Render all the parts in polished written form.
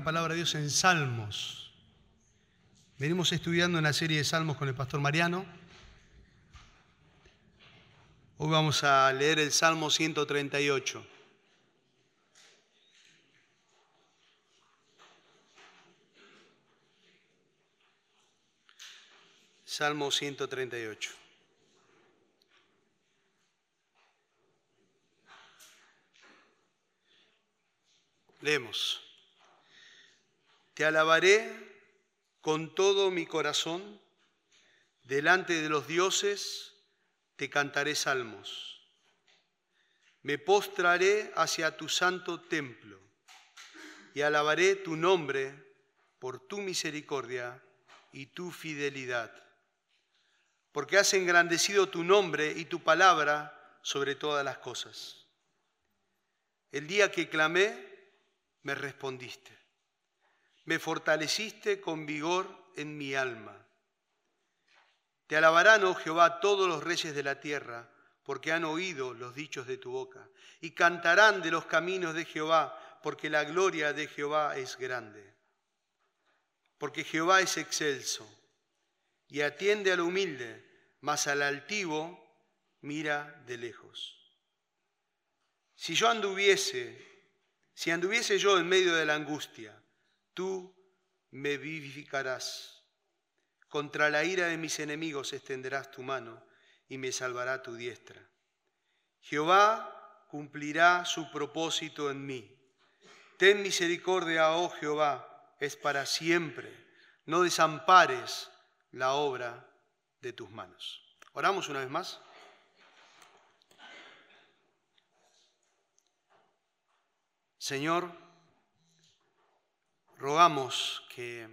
la palabra de Dios en Salmos. Venimos estudiando una serie de Salmos con el pastor Mariano. Hoy vamos a leer el Salmo 138. Salmo 138. Leemos. Te alabaré con todo mi corazón, delante de los dioses te cantaré salmos. Me postraré hacia tu santo templo y alabaré tu nombre por tu misericordia y tu fidelidad, porque has engrandecido tu nombre y tu palabra sobre todas las cosas. El día que clamé, me respondiste. Me fortaleciste con vigor en mi alma. Te alabarán, oh Jehová, todos los reyes de la tierra, porque han oído los dichos de tu boca, y cantarán de los caminos de Jehová, porque la gloria de Jehová es grande. Porque Jehová es excelso, y atiende al humilde, mas al altivo mira de lejos. Si anduviese yo en medio de la angustia, tú me vivificarás. Contra la ira de mis enemigos extenderás tu mano y me salvará tu diestra. Jehová cumplirá su propósito en mí. Ten misericordia, oh Jehová, es para siempre. No desampares la obra de tus manos. Oramos una vez más. Señor, rogamos que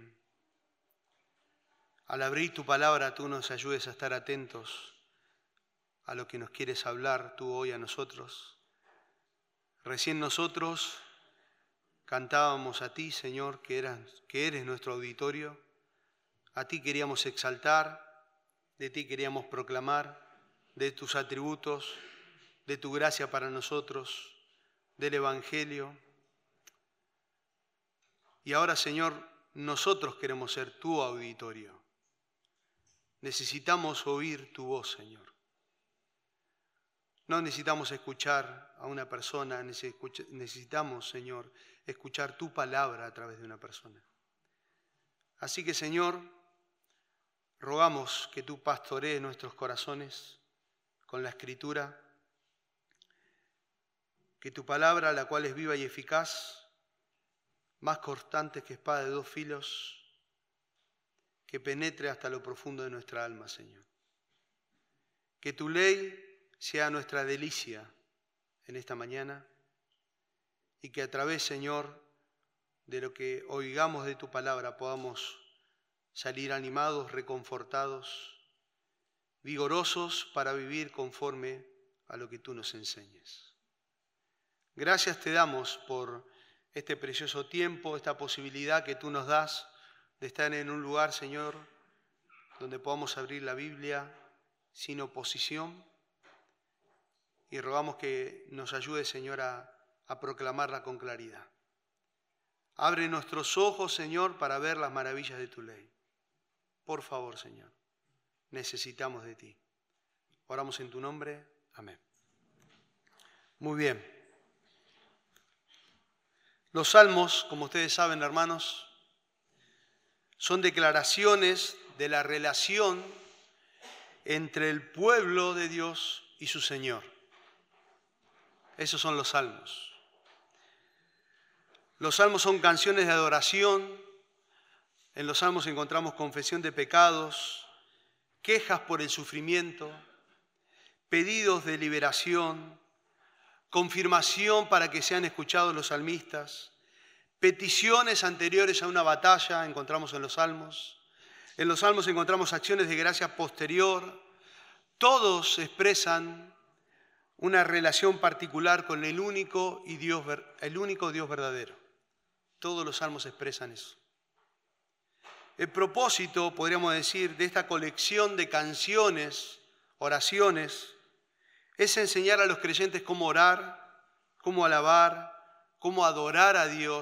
al abrir tu palabra tú nos ayudes a estar atentos a lo que nos quieres hablar tú hoy a nosotros. Recién nosotros cantábamos a ti, Señor, que eres nuestro auditorio. A ti queríamos exaltar, de ti queríamos proclamar, de tus atributos, de tu gracia para nosotros, del Evangelio. Y ahora, Señor, nosotros queremos ser tu auditorio. Necesitamos oír tu voz, Señor. No necesitamos escuchar a una persona, necesitamos, Señor, escuchar tu palabra a través de una persona. Así que, Señor, rogamos que tú pastorees nuestros corazones con la Escritura, que tu palabra, la cual es viva y eficaz, más cortante que espada de dos filos, que penetre hasta lo profundo de nuestra alma, Señor. Que tu ley sea nuestra delicia en esta mañana y que a través, Señor, de lo que oigamos de tu palabra podamos salir animados, reconfortados, vigorosos para vivir conforme a lo que tú nos enseñes. Gracias te damos por este precioso tiempo, esta posibilidad que tú nos das de estar en un lugar, Señor, donde podamos abrir la Biblia sin oposición. Y rogamos que nos ayude, Señor, a proclamarla con claridad. Abre nuestros ojos, Señor, para ver las maravillas de tu ley. Por favor, Señor, necesitamos de ti. Oramos en tu nombre. Amén. Muy bien. Los salmos, como ustedes saben, hermanos, son declaraciones de la relación entre el pueblo de Dios y su Señor. Esos son los salmos. Los salmos son canciones de adoración. En los salmos encontramos confesión de pecados, quejas por el sufrimiento, pedidos de liberación, confirmación para que sean escuchados los salmistas, peticiones anteriores a una batalla encontramos en los salmos. En los salmos encontramos acciones de gracia posterior. Todos expresan una relación particular con el único Dios verdadero. Todos los salmos expresan eso. El propósito, podríamos decir, de esta colección de canciones, oraciones, es enseñar a los creyentes cómo orar, cómo alabar, cómo adorar a Dios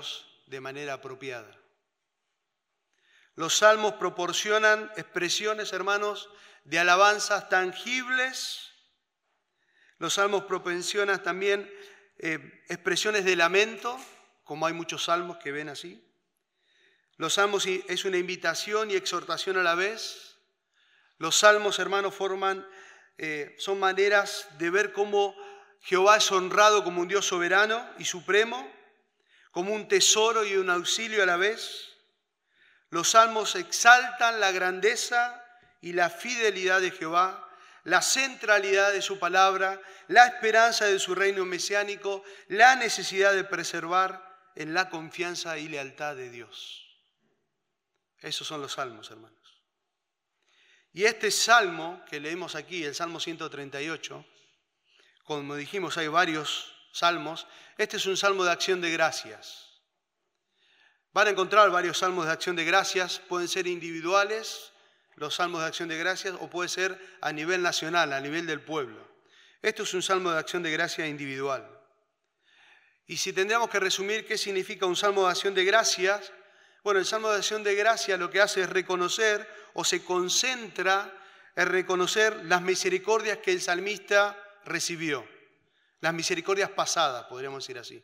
de manera apropiada. Los salmos proporcionan expresiones, hermanos, de alabanzas tangibles. Los salmos proporcionan también expresiones de lamento, como hay muchos salmos que ven así. Los salmos es una invitación y exhortación a la vez. Los salmos, hermanos, son maneras de ver cómo Jehová es honrado como un Dios soberano y supremo, como un tesoro y un auxilio a la vez. Los salmos exaltan la grandeza y la fidelidad de Jehová, la centralidad de su palabra, la esperanza de su reino mesiánico, la necesidad de preservar en la confianza y lealtad de Dios. Esos son los salmos, hermanos. Y este salmo que leemos aquí, el Salmo 138, como dijimos, hay varios salmos. Este es un salmo de acción de gracias. Van a encontrar varios salmos de acción de gracias, pueden ser individuales, los salmos de acción de gracias, o puede ser a nivel nacional, a nivel del pueblo. Esto es un salmo de acción de gracias individual. Y si tendríamos que resumir qué significa un salmo de acción de gracias, bueno, el salmo de acción de gracias lo que hace es reconocer o se concentra en reconocer las misericordias que el salmista recibió, las misericordias pasadas, podríamos decir así.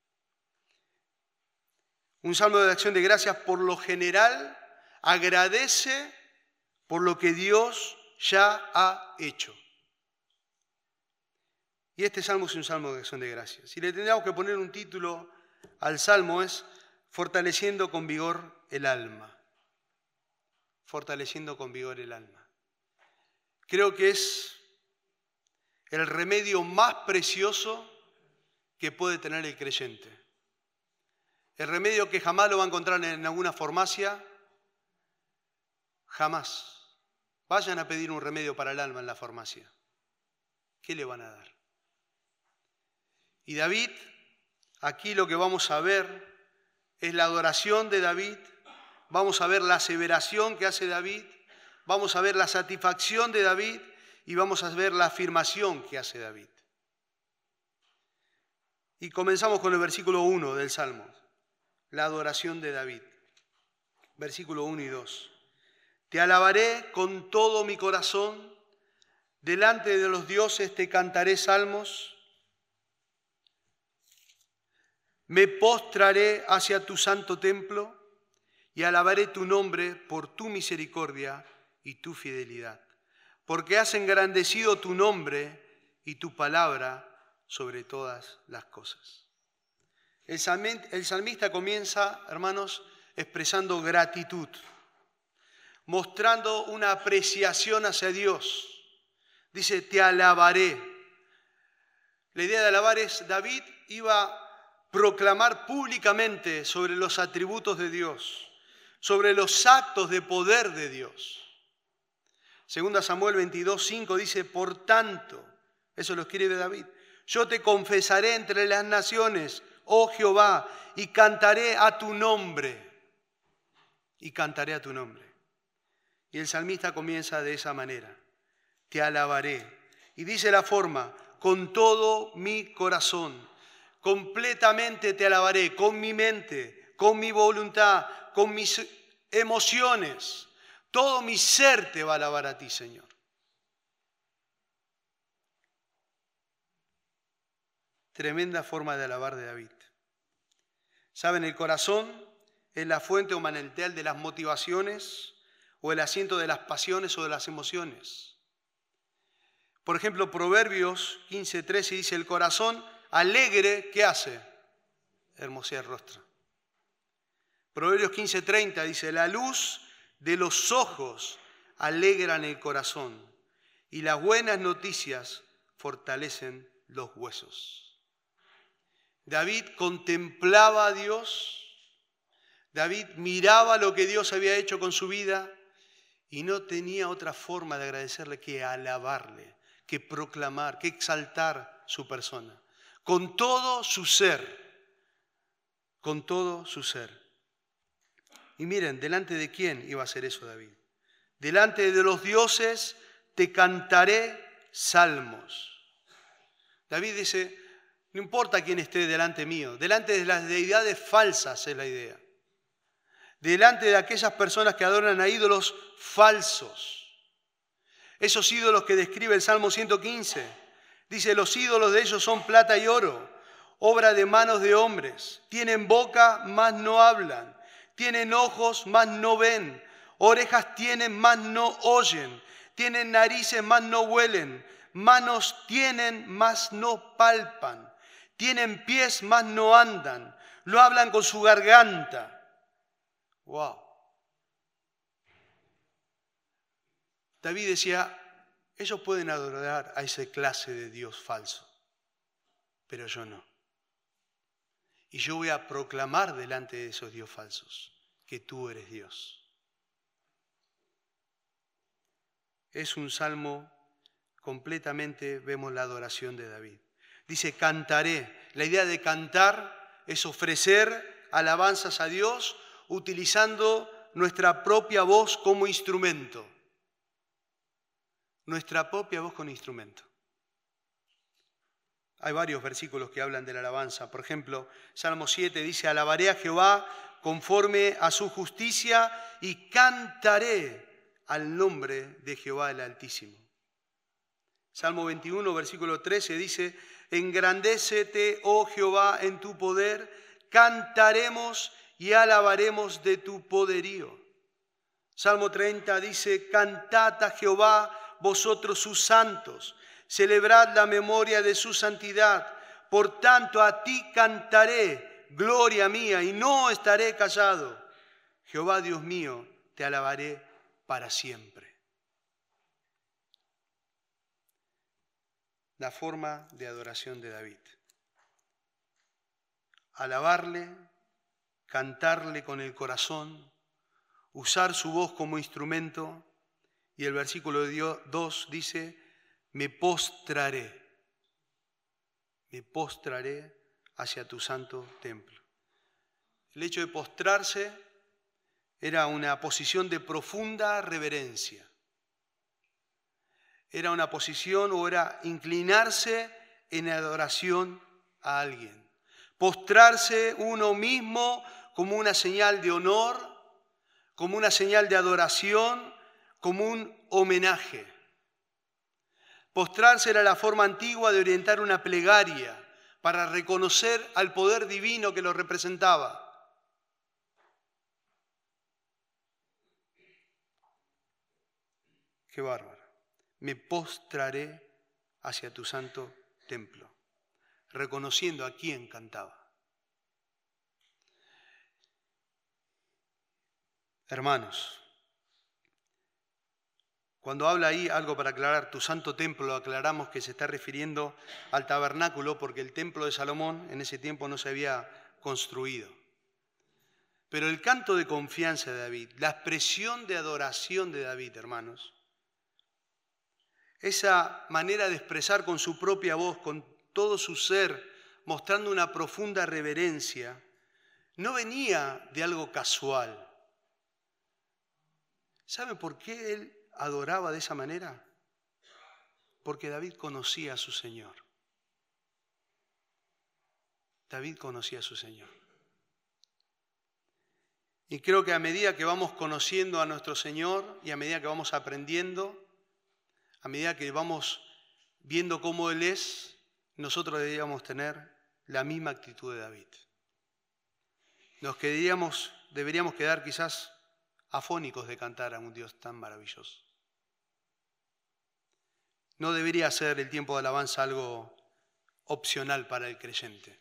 Un salmo de acción de gracias por lo general agradece por lo que Dios ya ha hecho. Y este salmo es un salmo de acción de gracias. Si le tendríamos que poner un título al salmo es Fortaleciendo con vigor el alma. Fortaleciendo con vigor el alma. Creo que es el remedio más precioso que puede tener el creyente. El remedio que jamás lo va a encontrar en alguna farmacia, jamás. Vayan a pedir un remedio para el alma en la farmacia. ¿Qué le van a dar? Y David, aquí lo que vamos a ver es la adoración de David, vamos a ver la aseveración que hace David, vamos a ver la satisfacción de David y vamos a ver la afirmación que hace David. Y comenzamos con el versículo 1 del Salmo, la adoración de David. Versículo 1 y 2. Te alabaré con todo mi corazón, delante de los dioses te cantaré salmos. Me postraré hacia tu santo templo y alabaré tu nombre por tu misericordia y tu fidelidad, porque has engrandecido tu nombre y tu palabra sobre todas las cosas. El salmista comienza, hermanos, expresando gratitud, mostrando una apreciación hacia Dios. Dice, te alabaré. La idea de alabar es, David iba a proclamar públicamente sobre los atributos de Dios, sobre los actos de poder de Dios. Segunda Samuel 22:5 dice, por tanto, eso lo escribe David, yo te confesaré entre las naciones, oh Jehová, y cantaré a tu nombre. Y cantaré a tu nombre. Y el salmista comienza de esa manera, te alabaré. Y dice la forma, con todo mi corazón. Completamente te alabaré, con mi mente, con mi voluntad, con mis emociones. Todo mi ser te va a alabar a ti, Señor. Tremenda forma de alabar de David. ¿Saben? El corazón es la fuente o manantial de las motivaciones o el asiento de las pasiones o de las emociones. Por ejemplo, Proverbios 15:13 dice, el corazón alegre, ¿qué hace? Hermosea el rostro. Proverbios 15:30 dice, la luz de los ojos alegran el corazón y las buenas noticias fortalecen los huesos. David contemplaba a Dios, David miraba lo que Dios había hecho con su vida y no tenía otra forma de agradecerle que alabarle, que proclamar, que exaltar su persona. Con todo su ser, con todo su ser. Y miren, ¿delante de quién iba a hacer eso David? Delante de los dioses te cantaré salmos. David dice, No importa quién esté delante mío, delante de las deidades falsas es la idea. Delante de aquellas personas que adoran a ídolos falsos. Esos ídolos que describe el Salmo 115. Dice, los ídolos de ellos son plata y oro, obra de manos de hombres. Tienen boca, mas no hablan. Tienen ojos, mas no ven. Orejas tienen, mas no oyen. Tienen narices, mas no huelen. Manos tienen, mas no palpan. Tienen pies, mas no andan. Lo hablan con su garganta. Wow. David decía, ellos pueden adorar a esa clase de Dios falso, pero yo no. Y yo voy a proclamar delante de esos Dios falsos que tú eres Dios. Es un salmo completamente, vemos la adoración de David. Dice, cantaré. La idea de cantar es ofrecer alabanzas a Dios utilizando nuestra propia voz como instrumento. Nuestra propia voz con instrumento. Hay varios versículos que hablan de la alabanza. Por ejemplo, Salmo 7 dice, alabaré a Jehová conforme a su justicia y cantaré al nombre de Jehová el Altísimo. Salmo 21, versículo 13 dice, engrandécete, oh Jehová, en tu poder, cantaremos y alabaremos de tu poderío. Salmo 30 dice, cantad a Jehová, vosotros sus santos, celebrad la memoria de su santidad. Por tanto, a ti cantaré, gloria mía, y no estaré callado. Jehová, Dios mío, te alabaré para siempre. La forma de adoración de David. Alabarle, cantarle con el corazón, usar su voz como instrumento. Y el versículo 2 dice, me postraré hacia tu santo templo. El hecho de postrarse era una posición de profunda reverencia. Era una posición o era inclinarse en adoración a alguien. Postrarse uno mismo como una señal de honor, como una señal de adoración, como un homenaje. Postrarse era la forma antigua de orientar una plegaria para reconocer al poder divino que lo representaba. Qué bárbaro. Me postraré hacia tu santo templo, reconociendo a quién cantaba. Hermanos, cuando habla ahí algo para aclarar, tu santo templo, lo aclaramos que se está refiriendo al tabernáculo porque el templo de Salomón en ese tiempo no se había construido. Pero el canto de confianza de David, la expresión de adoración de David, hermanos, esa manera de expresar con su propia voz, con todo su ser, mostrando una profunda reverencia, no venía de algo casual. ¿Sabe por qué él adoraba de esa manera? Porque David conocía a su Señor. David conocía a su Señor. Y creo que a medida que vamos conociendo a nuestro Señor y a medida que vamos aprendiendo, a medida que vamos viendo cómo Él es, nosotros deberíamos tener la misma actitud de David. Deberíamos quedar quizás afónicos de cantar a un Dios tan maravilloso. No debería ser el tiempo de alabanza algo opcional para el creyente.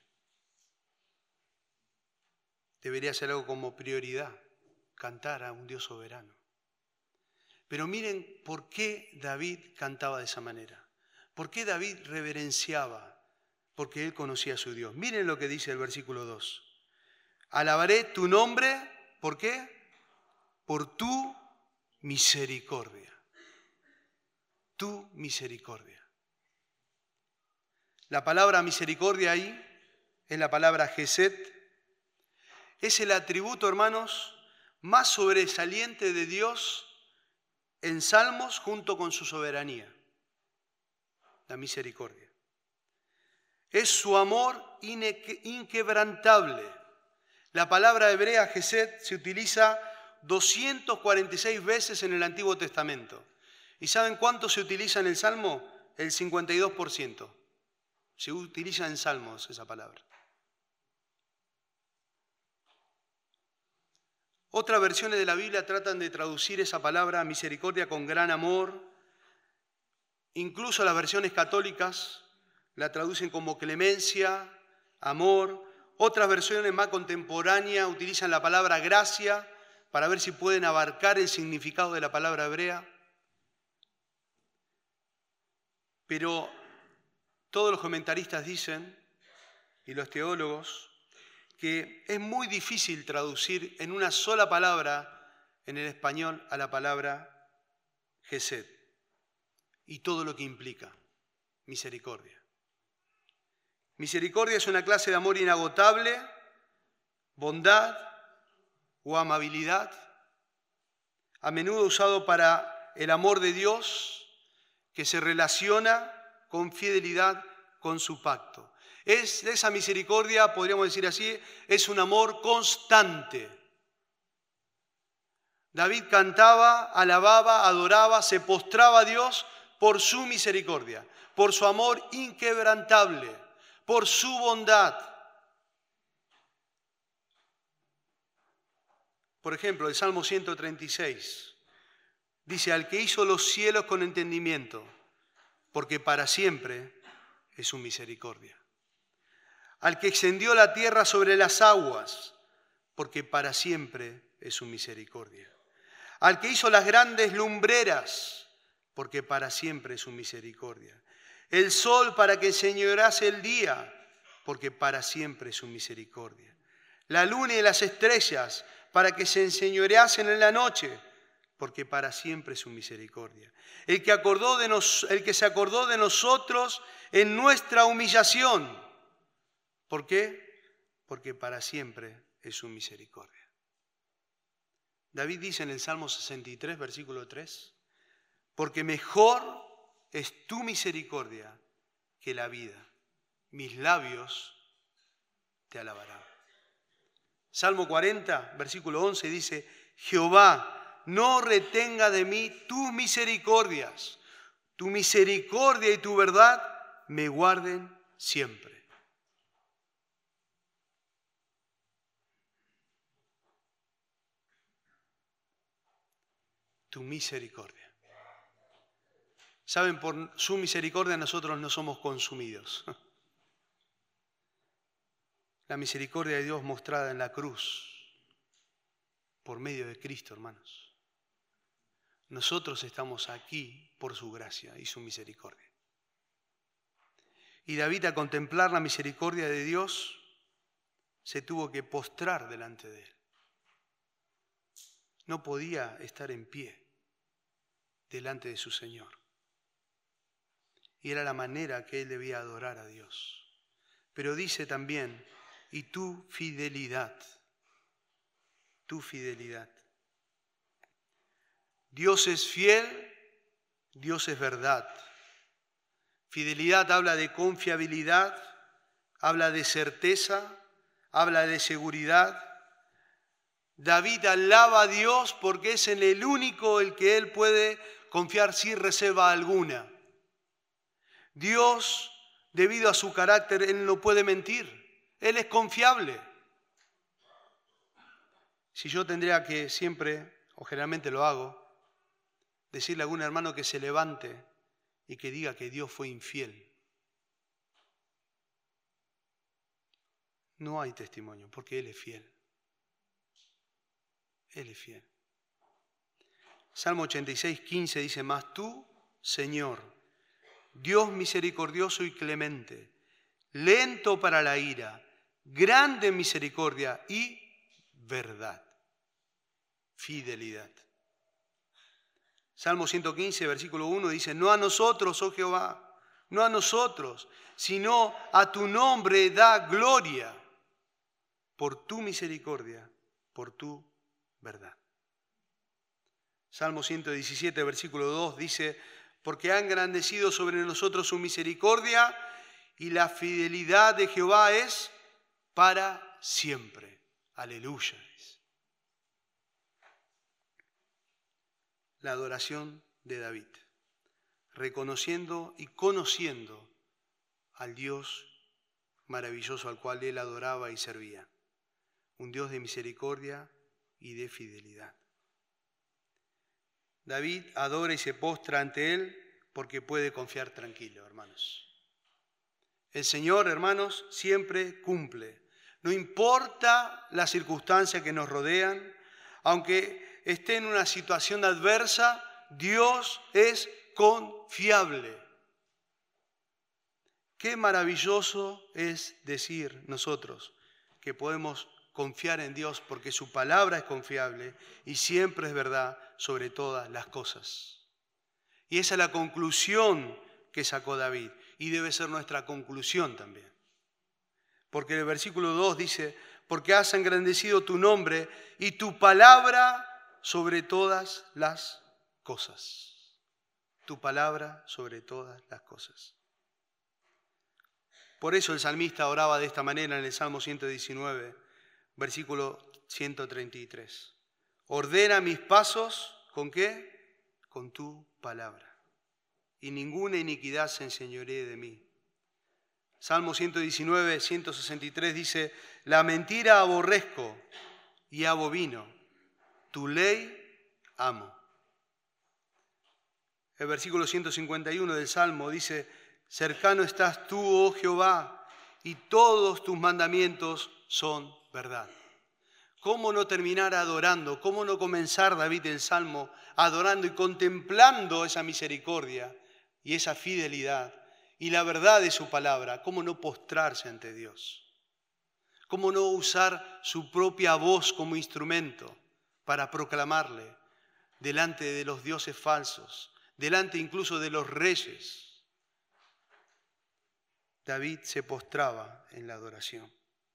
Debería ser algo como prioridad, cantar a un Dios soberano. Pero miren por qué David cantaba de esa manera. ¿Por qué David reverenciaba? Porque él conocía a su Dios. Miren lo que dice el versículo 2. Alabaré tu nombre, ¿por qué? Por tu misericordia. Tu misericordia. La palabra misericordia ahí es la palabra Gesed. Es el atributo, hermanos, más sobresaliente de Dios en Salmos junto con su soberanía. La misericordia. Es su amor inquebrantable. La palabra hebrea Gesed se utiliza 246 veces en el Antiguo Testamento. ¿Y saben cuánto se utiliza en el Salmo? El 52%. Se utiliza en Salmos esa palabra. Otras versiones de la Biblia tratan de traducir esa palabra misericordia con gran amor. Incluso las versiones católicas la traducen como clemencia, amor. Otras versiones más contemporáneas utilizan la palabra gracia para ver si pueden abarcar el significado de la palabra hebrea. Pero todos los comentaristas dicen, y los teólogos, que es muy difícil traducir en una sola palabra en el español a la palabra Gesed y todo lo que implica misericordia. Misericordia es una clase de amor inagotable, bondad o amabilidad, a menudo usado para el amor de Dios que se relaciona con fidelidad con su pacto. Es esa misericordia, podríamos decir así, es un amor constante. David cantaba, alababa, adoraba, se postraba a Dios por su misericordia, por su amor inquebrantable, por su bondad. Por ejemplo, el Salmo 136 dice, al que hizo los cielos con entendimiento, porque para siempre es su misericordia. Al que extendió la tierra sobre las aguas, porque para siempre es su misericordia. Al que hizo las grandes lumbreras, porque para siempre es su misericordia. El sol para que enseñorease el día, porque para siempre es su misericordia. La luna y las estrellas, para que se enseñoreasen en la noche, porque para siempre es su misericordia. El que se acordó de nosotros en nuestra humillación. ¿Por qué? Porque para siempre es su misericordia. David dice en el Salmo 63, versículo 3, porque mejor es tu misericordia que la vida. Mis labios te alabarán. Salmo 40, versículo 11 dice, Jehová, no retenga de mí tus misericordias. Tu misericordia y tu verdad me guarden siempre. Tu misericordia. Saben, por su misericordia nosotros no somos consumidos. La misericordia de Dios mostrada en la cruz por medio de Cristo, hermanos. Nosotros estamos aquí por su gracia y su misericordia. Y David, al contemplar la misericordia de Dios, se tuvo que postrar delante de él. No podía estar en pie delante de su Señor. Y era la manera que él debía adorar a Dios. Pero dice también, y tu fidelidad. Dios es fiel, Dios es verdad. Fidelidad habla de confiabilidad, habla de certeza, habla de seguridad. David alaba a Dios porque es en el único el que él puede confiar sin reserva alguna. Dios, debido a su carácter, él no puede mentir. Él es confiable. Si yo tendría que siempre, o generalmente lo hago, decirle a algún hermano que se levante y que diga que Dios fue infiel, no hay testimonio, porque Él es fiel. Él es fiel. Salmo 86, 15 dice, mas tú, Señor, Dios misericordioso y clemente, lento para la ira, grande en misericordia y verdad, fidelidad. Salmo 115, versículo 1 dice, no a nosotros, oh Jehová, no a nosotros, sino a tu nombre da gloria por tu misericordia, por tu verdad. Salmo 117, versículo 2 dice, porque ha engrandecido sobre nosotros su misericordia y la fidelidad de Jehová es para siempre. Aleluya. La adoración de David, reconociendo y conociendo al Dios maravilloso al cual él adoraba y servía. Un Dios de misericordia y de fidelidad. David adora y se postra ante él porque puede confiar tranquilo, hermanos. El Señor, hermanos, siempre cumple. No importa las circunstancias que nos rodean, aunque esté en una situación adversa, Dios es confiable. Qué maravilloso es decir nosotros que podemos confiar en Dios porque su palabra es confiable y siempre es verdad sobre todas las cosas. Y esa es la conclusión que sacó David y debe ser nuestra conclusión también. Porque el versículo 2 dice, porque has engrandecido tu nombre y tu palabra sobre todas las cosas. Tu palabra sobre todas las cosas. Por eso el salmista oraba de esta manera en el Salmo 119, versículo 133. Ordena mis pasos, ¿con qué? Con tu palabra. Y ninguna iniquidad se enseñoree de mí. Salmo 119, 163 dice, la mentira aborrezco y abomino, tu ley amo. El versículo 151 del Salmo dice, cercano estás tú, oh Jehová, y todos tus mandamientos son verdad. ¿Cómo no terminar adorando? ¿Cómo no comenzar David el Salmo adorando y contemplando esa misericordia y esa fidelidad y la verdad de su palabra? ¿Cómo no postrarse ante Dios? ¿Cómo no usar su propia voz como instrumento para proclamarle delante de los dioses falsos, delante incluso de los reyes? David se postraba en la adoración.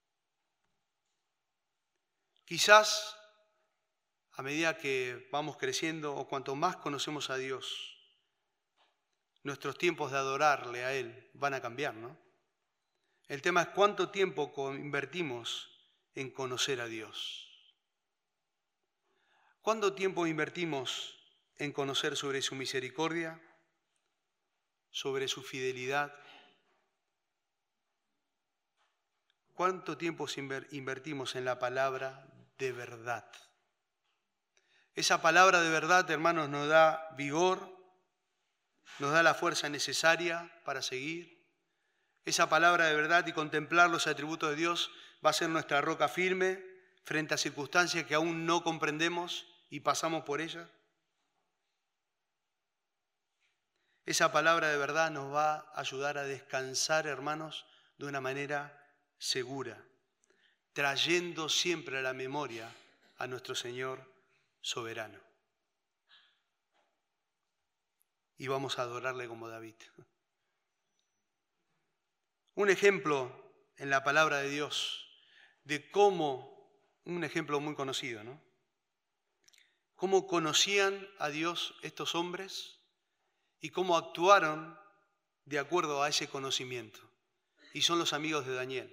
Quizás a medida que vamos creciendo o cuanto más conocemos a Dios, nuestros tiempos de adorarle a Él van a cambiar, ¿no? El tema es cuánto tiempo invertimos en conocer a Dios. ¿Cuánto tiempo invertimos en conocer sobre su misericordia, sobre su fidelidad? ¿Cuánto tiempo invertimos en la palabra de verdad? Esa palabra de verdad, hermanos, nos da vigor, nos da la fuerza necesaria para seguir. Esa palabra de verdad y contemplar los atributos de Dios va a ser nuestra roca firme frente a circunstancias que aún no comprendemos y pasamos por ellas. Esa palabra de verdad nos va a ayudar a descansar, hermanos, de una manera segura, trayendo siempre a la memoria a nuestro Señor soberano. Y vamos a adorarle como David. Un ejemplo en la palabra de Dios de cómo, un ejemplo muy conocido, ¿no? Cómo conocían a Dios estos hombres y cómo actuaron de acuerdo a ese conocimiento. Y son los amigos de Daniel.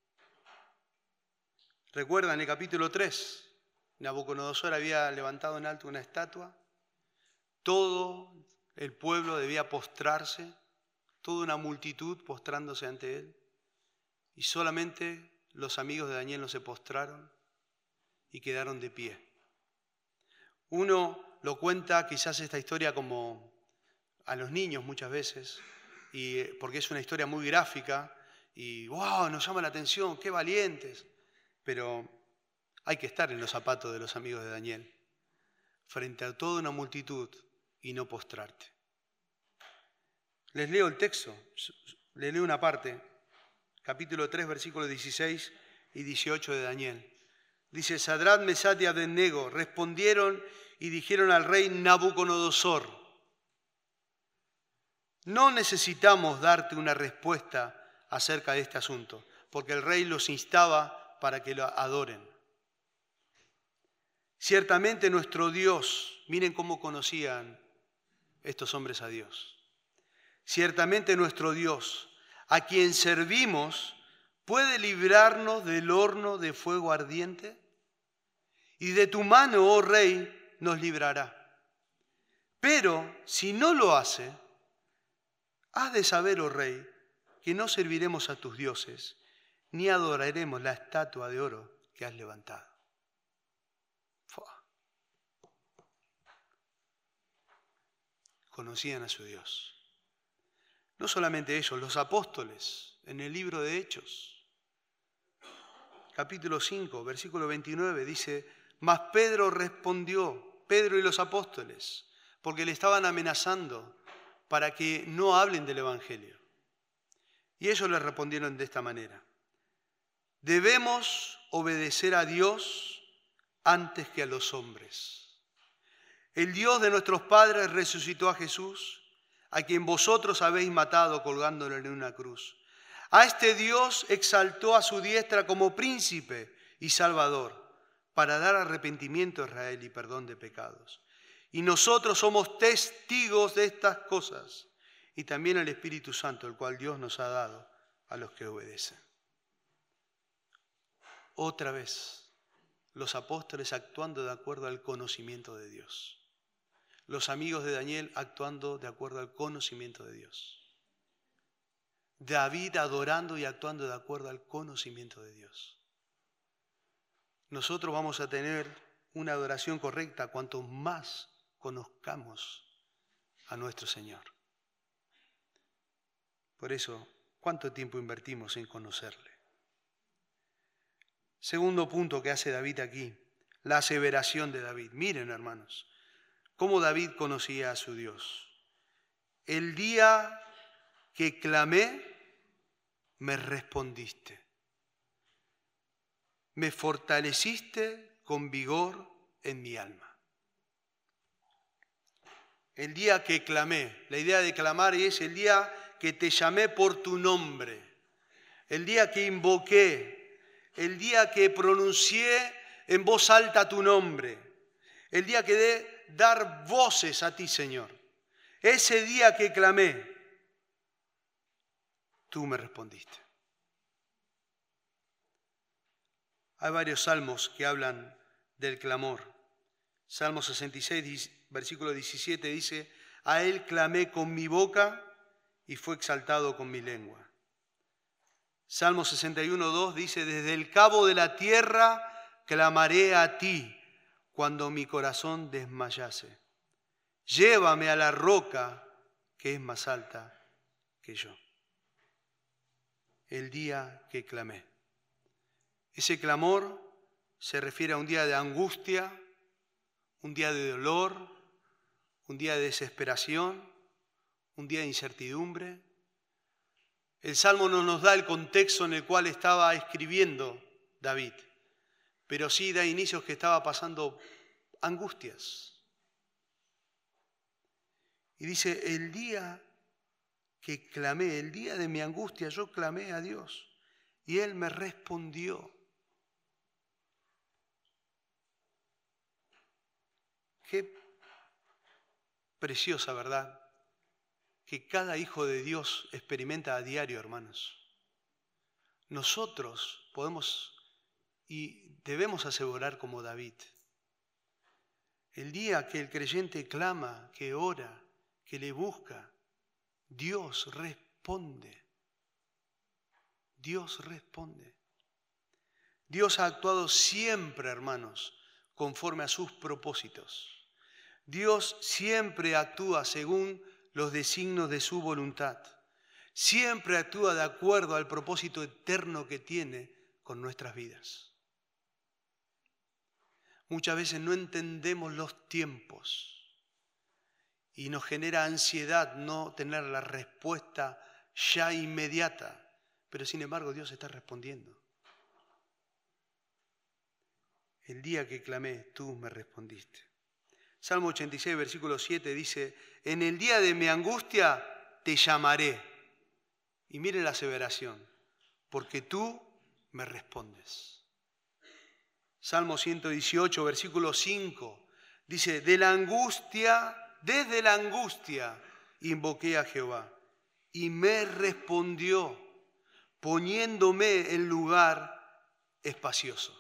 ¿Recuerdan el capítulo 3? Nabucodonosor había levantado en alto una estatua. Todo el pueblo debía postrarse, toda una multitud postrándose ante él. Y solamente los amigos de Daniel no se postraron y quedaron de pie. Uno lo cuenta quizás esta historia como a los niños muchas veces, porque es una historia muy gráfica y ¡wow! Nos llama la atención, ¡qué valientes! Pero hay que estar en los zapatos de los amigos de Daniel, frente a toda una multitud y no postrarte. Les leo el texto, les leo una parte, capítulo 3, versículos 16 y 18 de Daniel. Dice, Sadrac, Mesach y Abednego respondieron y dijeron al rey Nabucodonosor, no necesitamos darte una respuesta acerca de este asunto, porque el rey los instaba para que lo adoren. Ciertamente nuestro Dios, miren cómo conocían estos hombres a Dios. Ciertamente nuestro Dios a quien servimos, puede librarnos del horno de fuego ardiente? Y de tu mano, oh Rey, nos librará. Pero si no lo hace, has de saber, oh Rey, que no serviremos a tus dioses, ni adoraremos la estatua de oro que has levantado. Conocían a su Dios. No solamente ellos, los apóstoles, en el libro de Hechos, capítulo 5, versículo 29, dice: mas Pedro respondió, Pedro y los apóstoles, porque le estaban amenazando para que no hablen del Evangelio. Y ellos le respondieron de esta manera: debemos obedecer a Dios antes que a los hombres. El Dios de nuestros padres resucitó a Jesús, a quien vosotros habéis matado colgándolo en una cruz. A este Dios exaltó a su diestra como príncipe y salvador, para dar arrepentimiento a Israel y perdón de pecados. Y nosotros somos testigos de estas cosas, y también el Espíritu Santo, el cual Dios nos ha dado a los que obedecen. Otra vez, los apóstoles actuando de acuerdo al conocimiento de Dios. Los amigos de Daniel actuando de acuerdo al conocimiento de Dios. David adorando y actuando de acuerdo al conocimiento de Dios. Nosotros vamos a tener una adoración correcta cuanto más conozcamos a nuestro Señor. Por eso, ¿cuánto tiempo invertimos en conocerle? Segundo punto que hace David aquí, la aseveración de David. Miren, hermanos, cómo David conocía a su Dios. El día que clamé, me respondiste. Me fortaleciste con vigor en mi alma. El día que clamé, la idea de clamar es el día que te llamé por tu nombre, el día que invoqué, el día que pronuncié en voz alta tu nombre, el día que de dar voces a ti, Señor. Ese día que clamé, tú me respondiste. Hay varios salmos que hablan del clamor. Salmo 66, versículo 17 dice: a él clamé con mi boca y fue exaltado con mi lengua. Salmo 61, 2 dice: desde el cabo de la tierra clamaré a ti cuando mi corazón desmayase. Llévame a la roca que es más alta que yo. El día que clamé. Ese clamor se refiere a un día de angustia, un día de dolor, un día de desesperación, un día de incertidumbre. El Salmo no nos da el contexto en el cual estaba escribiendo David, pero sí da inicios que estaba pasando angustias. Y dice: el día que clamé, el día de mi angustia, yo clamé a Dios y Él me respondió. Qué preciosa verdad que cada hijo de Dios experimenta a diario, hermanos. Nosotros podemos y debemos asegurar como David: el día que el creyente clama, que ora, que le busca, Dios responde. Dios responde. Dios ha actuado siempre, hermanos, conforme a sus propósitos. Dios siempre actúa según los designios de su voluntad. Siempre actúa de acuerdo al propósito eterno que tiene con nuestras vidas. Muchas veces no entendemos los tiempos y nos genera ansiedad no tener la respuesta ya inmediata, pero sin embargo Dios está respondiendo. El día que clamé, tú me respondiste. Salmo 86, versículo 7 dice: en el día de mi angustia te llamaré. Y miren la aseveración: porque tú me respondes. Salmo 118, versículo 5 dice: desde la angustia invoqué a Jehová y me respondió poniéndome en lugar espacioso.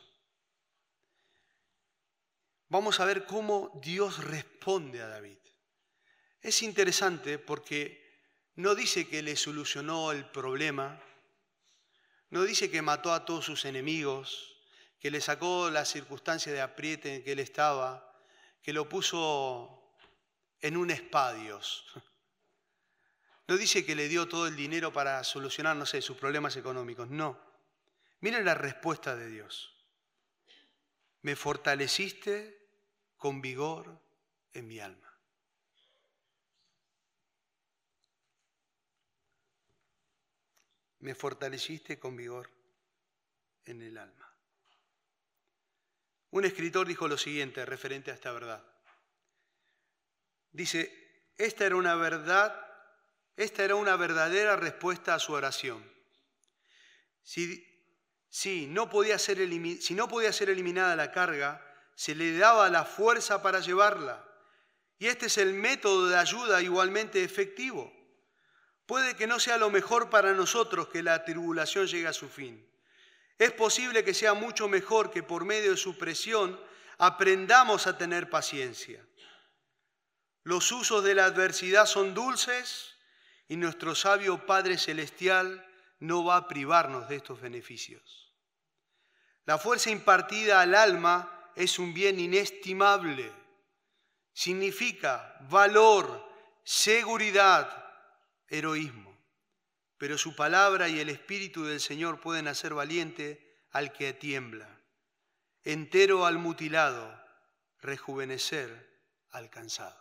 Vamos a ver cómo Dios responde a David. Es interesante porque no dice que le solucionó el problema, no dice que mató a todos sus enemigos, que le sacó la circunstancia de apriete en que él estaba, que lo puso en un espadios. No dice que le dio todo el dinero para solucionar, no sé, sus problemas económicos. No. Miren la respuesta de Dios. Me fortaleciste con vigor en mi alma. Me fortaleciste con vigor en el alma. Un escritor dijo lo siguiente referente a esta verdad. Dice, esta era una verdadera respuesta a su oración. Si no podía ser eliminada la carga, se le daba la fuerza para llevarla. Y este es el método de ayuda igualmente efectivo. Puede que no sea lo mejor para nosotros que la tribulación llegue a su fin. Es posible que sea mucho mejor que por medio de su presión aprendamos a tener paciencia. Los usos de la adversidad son dulces y nuestro sabio Padre Celestial no va a privarnos de estos beneficios. La fuerza impartida al alma es un bien inestimable. Significa valor, seguridad, heroísmo. Pero su palabra y el Espíritu del Señor pueden hacer valiente al que tiembla, entero al mutilado, rejuvenecer al cansado.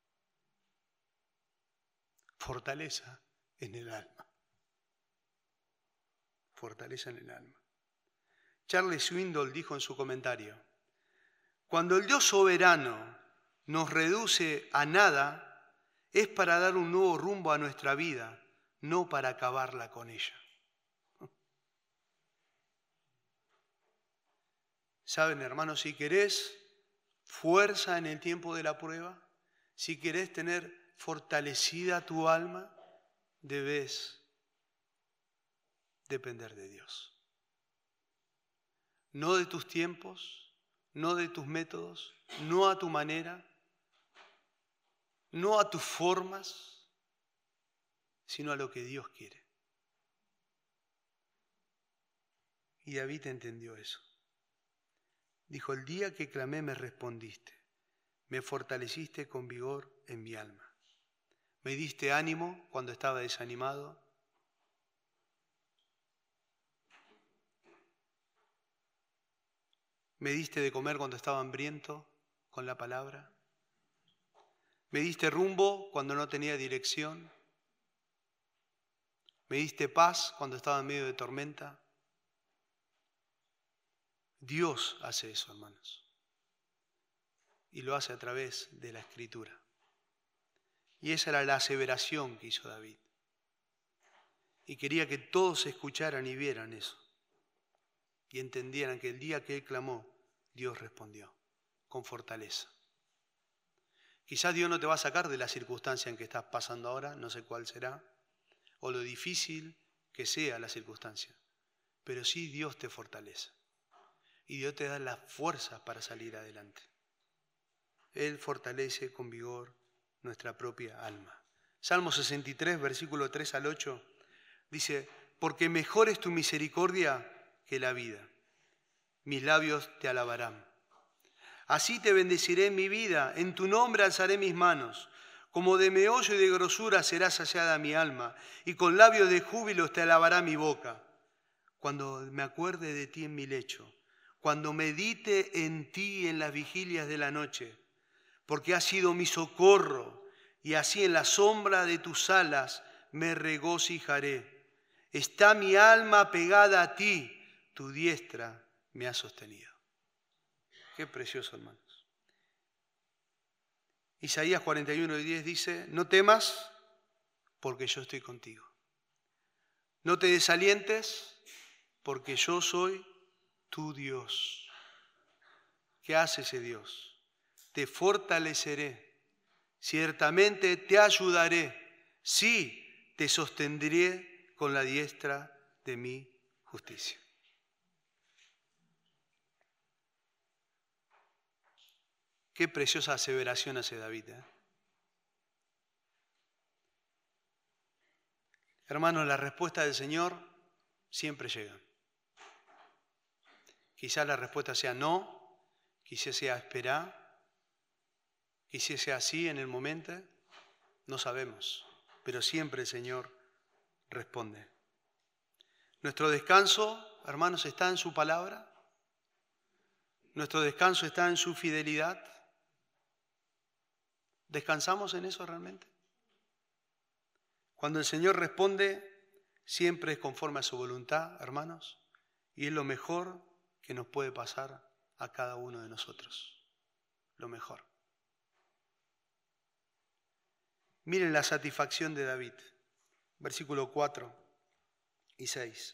Fortaleza en el alma. Fortaleza en el alma. Charles Swindoll dijo en su comentario, cuando el Dios soberano nos reduce a nada, es para dar un nuevo rumbo a nuestra vida, no para acabarla con ella. ¿Saben, hermanos? Si querés fuerza en el tiempo de la prueba, si querés tener fortalecida tu alma, debes depender de Dios. No de tus tiempos, no de tus métodos, no a tu manera, no a tus formas, sino a lo que Dios quiere. Y David entendió eso. Dijo, el día que clamé me respondiste, me fortaleciste con vigor en mi alma. Me diste ánimo cuando estaba desanimado. Me diste de comer cuando estaba hambriento con la palabra. Me diste rumbo cuando no tenía dirección. Me diste paz cuando estaba en medio de tormenta. Dios hace eso, hermanos. Y lo hace a través de la Escritura. Y esa era la aseveración que hizo David. Y quería que todos escucharan y vieran eso. Y entendieran que el día que él clamó, Dios respondió con fortaleza. Quizás Dios no te va a sacar de la circunstancia en que estás pasando ahora, no sé cuál será, o lo difícil que sea la circunstancia. Pero sí Dios te fortalece. Y Dios te da las fuerzas para salir adelante. Él fortalece con vigor nuestra propia alma. Salmo 63, versículo 3 al 8, dice, porque mejor es tu misericordia que la vida. Mis labios te alabarán. Así te bendeciré en mi vida, en tu nombre alzaré mis manos. Como de meollo y de grosura será saciada mi alma, y con labios de júbilo te alabará mi boca. Cuando me acuerde de ti en mi lecho, cuando medite en ti en las vigilias de la noche, porque has sido mi socorro, y así en la sombra de tus alas me regocijaré. Está mi alma pegada a ti, tu diestra me ha sostenido. Qué precioso, hermanos. Isaías 41:10 dice, no temas, porque yo estoy contigo. No te desalientes, porque yo soy tu Dios. ¿Qué hace ese Dios? Te fortaleceré, ciertamente te ayudaré, sí, te sostendré con la diestra de mi justicia. Qué preciosa aseveración hace David, ¿eh? Hermanos, la respuesta del Señor siempre llega. Quizás la respuesta sea no, quizás sea esperar, quizás sea así en el momento, no sabemos, pero siempre el Señor responde. Nuestro descanso, hermanos, está en su palabra. Nuestro descanso está en su fidelidad. ¿Descansamos en eso realmente? Cuando el Señor responde, siempre es conforme a su voluntad, hermanos, y es lo mejor que nos puede pasar a cada uno de nosotros. Lo mejor. Miren la satisfacción de David, versículos 4 y 6.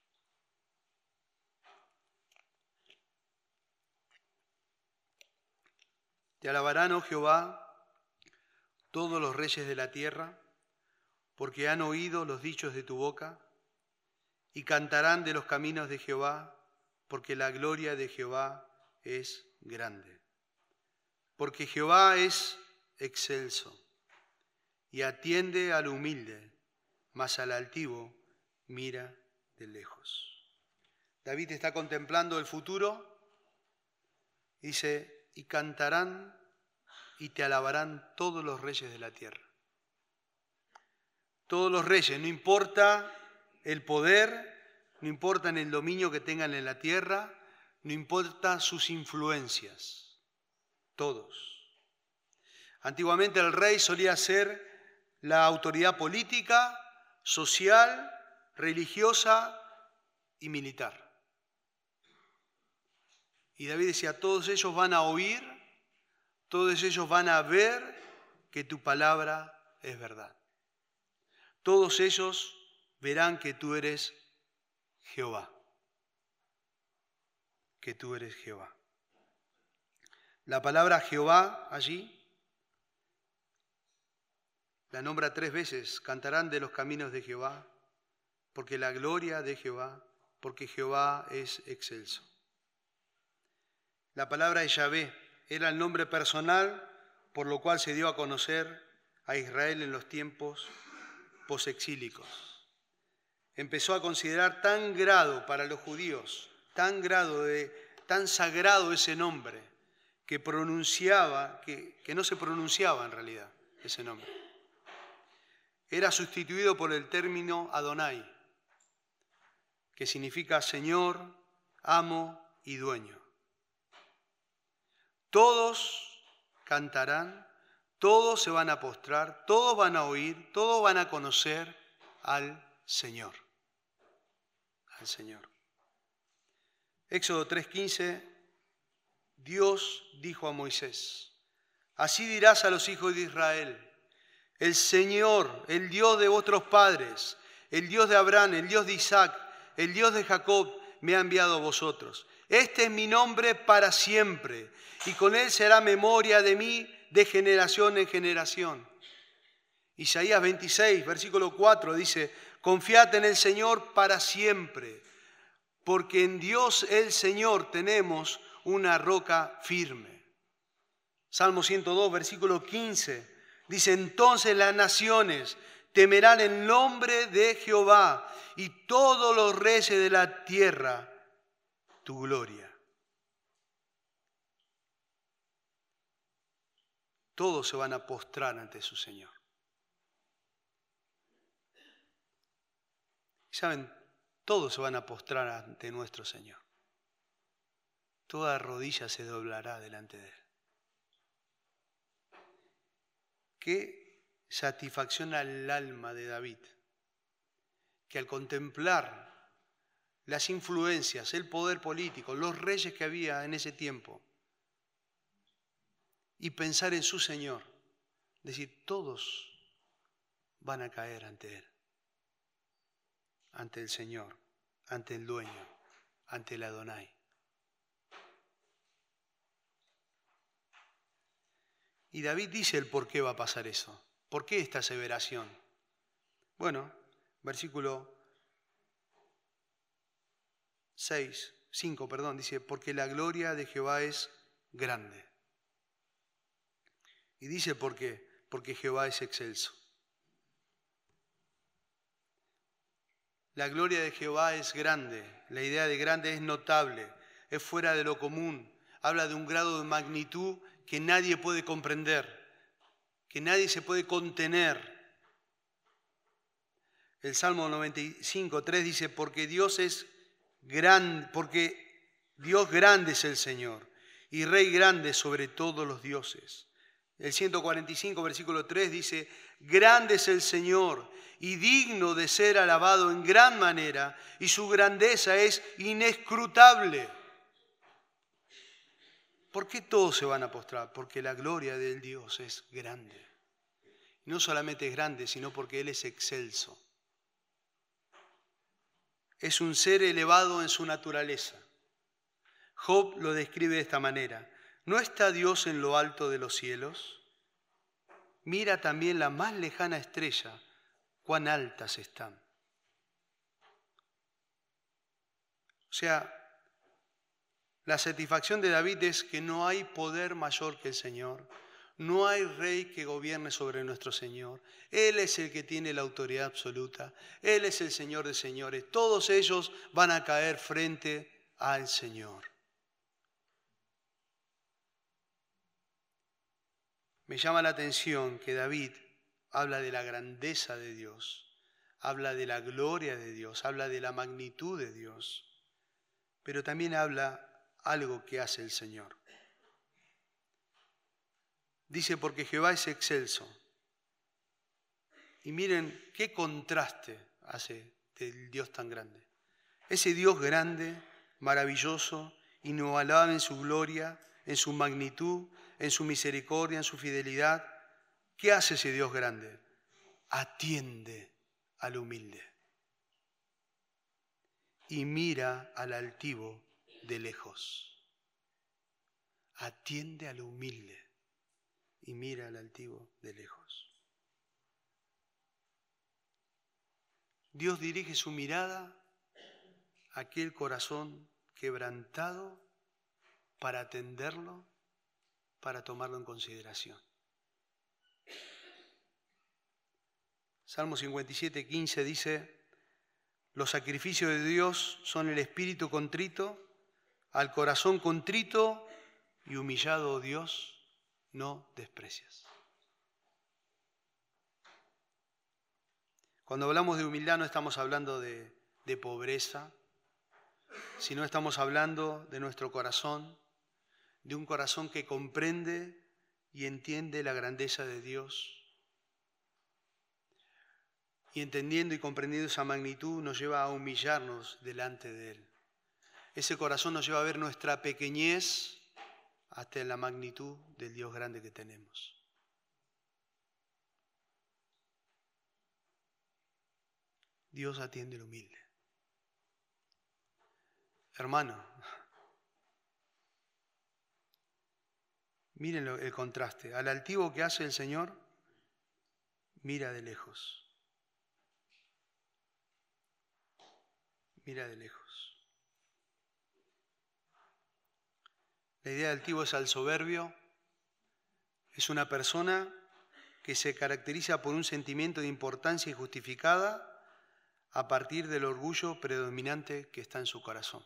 Te alabarán, oh Jehová, todos los reyes de la tierra, porque han oído los dichos de tu boca, y cantarán de los caminos de Jehová, porque la gloria de Jehová es grande. Porque Jehová es excelso, y atiende al humilde, mas al altivo mira de lejos. David está contemplando el futuro, dice, y cantarán y te alabarán todos los reyes de la tierra. Todos los reyes, no importa el poder, no importa el dominio que tengan en la tierra, no importa sus influencias, todos. Antiguamente el rey solía ser la autoridad política, social, religiosa y militar. Y David decía, todos ellos van a oír, todos ellos van a ver que tu palabra es verdad. Todos ellos verán que tú eres Jehová. Que tú eres Jehová. La palabra Jehová allí la nombra 3 veces. Cantarán de los caminos de Jehová, porque la gloria de Jehová, porque Jehová es excelso. La palabra de Yahvé era el nombre personal por lo cual se dio a conocer a Israel en los tiempos posexílicos. Empezó a considerar tan grado para los judíos, tan sagrado ese nombre, que no se pronunciaba en realidad ese nombre. Era sustituido por el término Adonai, que significa Señor, amo y dueño. Todos cantarán, todos se van a postrar, todos van a oír, todos van a conocer al Señor. Al Señor. Éxodo 3:15, Dios dijo a Moisés, así dirás a los hijos de Israel, el Señor, el Dios de vuestros padres, el Dios de Abraham, el Dios de Isaac, el Dios de Jacob, me ha enviado a vosotros. Este es mi nombre para siempre, y con él será memoria de mí de generación en generación. Isaías 26, versículo 4 dice, confiad en el Señor para siempre, porque en Dios el Señor tenemos una roca firme. Salmo 102, versículo 15, dice, entonces las naciones temerán el nombre de Jehová y todos los reyes de la tierra tu gloria. Todos se van a postrar ante su Señor. Y saben, todos se van a postrar ante nuestro Señor. Toda rodilla se doblará delante de Él. Qué satisfacción al alma de David, que al contemplar las influencias, el poder político, los reyes que había en ese tiempo, y pensar en su Señor, decir, todos van a caer ante Él, ante el Señor, ante el dueño, ante el Adonai. Y David dice el por qué va a pasar eso. ¿Por qué esta aseveración? Bueno, versículo 5, dice, porque la gloria de Jehová es grande. Y dice por qué, porque Jehová es excelso. La gloria de Jehová es grande, la idea de grande es notable, es fuera de lo común, habla de un grado de magnitud que nadie puede comprender, que nadie se puede contener. El Salmo 95:3 dice, porque Dios grande es el Señor y Rey grande sobre todos los dioses. El 145, versículo 3 dice, grande es el Señor y digno de ser alabado en gran manera, y su grandeza es inescrutable. ¿Por qué todos se van a postrar? Porque la gloria del Dios es grande. No solamente es grande, sino porque Él es excelso. Es un ser elevado en su naturaleza. Job lo describe de esta manera. ¿No está Dios en lo alto de los cielos? Mira también la más lejana estrella, cuán altas están. O sea, la satisfacción de David es que no hay poder mayor que el Señor. No hay rey que gobierne sobre nuestro Señor. Él es el que tiene la autoridad absoluta. Él es el Señor de señores. Todos ellos van a caer frente al Señor. Me llama la atención que David habla de la grandeza de Dios, habla de la gloria de Dios, habla de la magnitud de Dios, pero también habla algo que hace el Señor. Dice, porque Jehová es excelso. Y miren qué contraste hace del Dios tan grande. Ese Dios grande, maravilloso, inigualable en su gloria, en su magnitud, en su misericordia, en su fidelidad. ¿Qué hace ese Dios grande? Atiende al humilde y mira al altivo de lejos. Atiende al humilde y mira al altivo de lejos. Dios dirige su mirada a aquel corazón quebrantado para atenderlo, para tomarlo en consideración. Salmo 57:15 dice, los sacrificios de Dios son el espíritu contrito, al corazón contrito y humillado, oh Dios, no desprecias. Cuando hablamos de humildad no estamos hablando de pobreza, sino estamos hablando de nuestro corazón, de un corazón que comprende y entiende la grandeza de Dios. Y entendiendo y comprendiendo esa magnitud nos lleva a humillarnos delante de Él. Ese corazón nos lleva a ver nuestra pequeñez hasta la magnitud del Dios grande que tenemos. Dios atiende al humilde. Hermano, miren el contraste. Al altivo que hace el Señor, mira de lejos. Mira de lejos. La idea de altivo es al soberbio. Es una persona que se caracteriza por un sentimiento de importancia injustificada a partir del orgullo predominante que está en su corazón.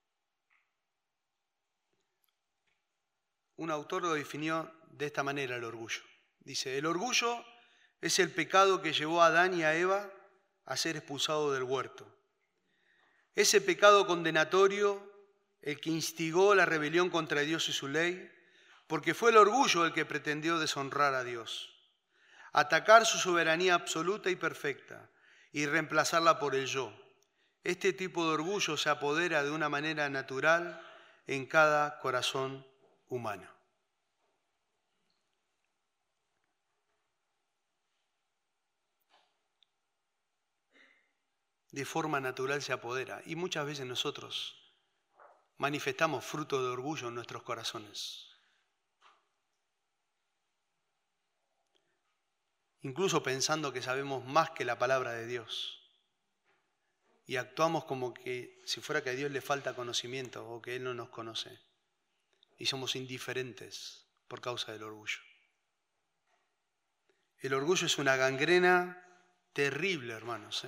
Un autor lo definió de esta manera el orgullo. Dice, el orgullo es el pecado que llevó a Adán y a Eva a ser expulsados del huerto. Ese pecado condenatorio, el que instigó la rebelión contra Dios y su ley, porque fue el orgullo el que pretendió deshonrar a Dios, atacar su soberanía absoluta y perfecta y reemplazarla por el yo. Este tipo de orgullo se apodera de una manera natural en cada corazón humano. De forma natural se apodera y muchas veces nosotros manifestamos fruto de orgullo en nuestros corazones. Incluso pensando que sabemos más que la palabra de Dios. y actuamos como que si fuera que a Dios le falta conocimiento o que Él no nos conoce. Y somos indiferentes por causa del orgullo. El orgullo es una gangrena terrible, hermanos.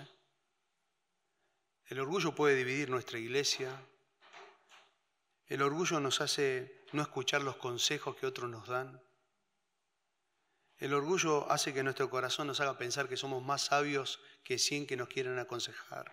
El orgullo puede dividir nuestra iglesia. El orgullo nos hace no escuchar los consejos que otros nos dan. El orgullo hace que nuestro corazón nos haga pensar que somos más sabios que 100 que nos quieren aconsejar.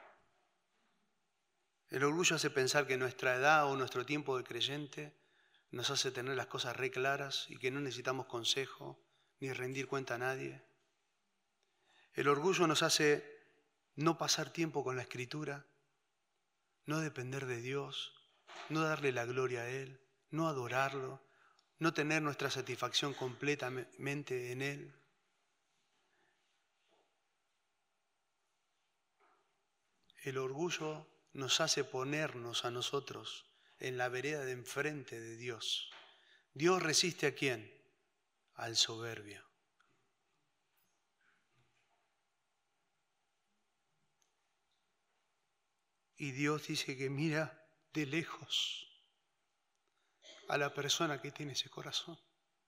El orgullo hace pensar que nuestra edad o nuestro tiempo de creyente nos hace tener las cosas re claras y que no necesitamos consejo ni rendir cuenta a nadie. El orgullo nos hace no pasar tiempo con la Escritura, no depender de Dios, no darle la gloria a Él, no adorarlo, no tener nuestra satisfacción completamente en Él. El orgullo nos hace ponernos a nosotros en la vereda de enfrente de Dios. ¿Dios resiste a quién? Al soberbio. Y Dios dice que mira de lejos a la persona que tiene ese corazón.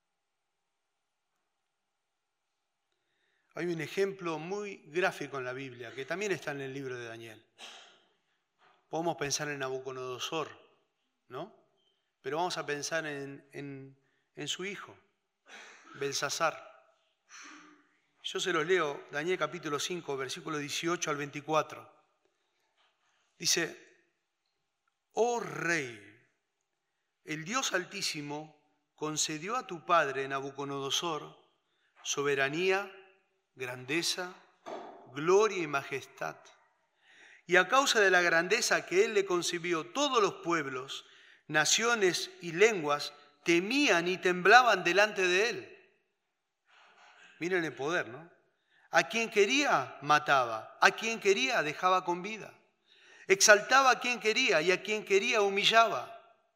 Hay un ejemplo muy gráfico en la Biblia, que también está en el libro de Daniel. Podemos pensar en Nabucodonosor, ¿no? Pero vamos a pensar en su hijo, Belsasar. Yo se los leo, Daniel capítulo 5, versículo 18 al 24. Dice, oh rey, el Dios Altísimo concedió a tu padre Nabucodonosor soberanía, grandeza, gloria y majestad. Y a causa de la grandeza que él le concibió, todos los pueblos, naciones y lenguas temían y temblaban delante de él. Miren el poder, ¿no? A quien quería, mataba. A quien quería, dejaba con vida. Exaltaba a quien quería y a quien quería, humillaba.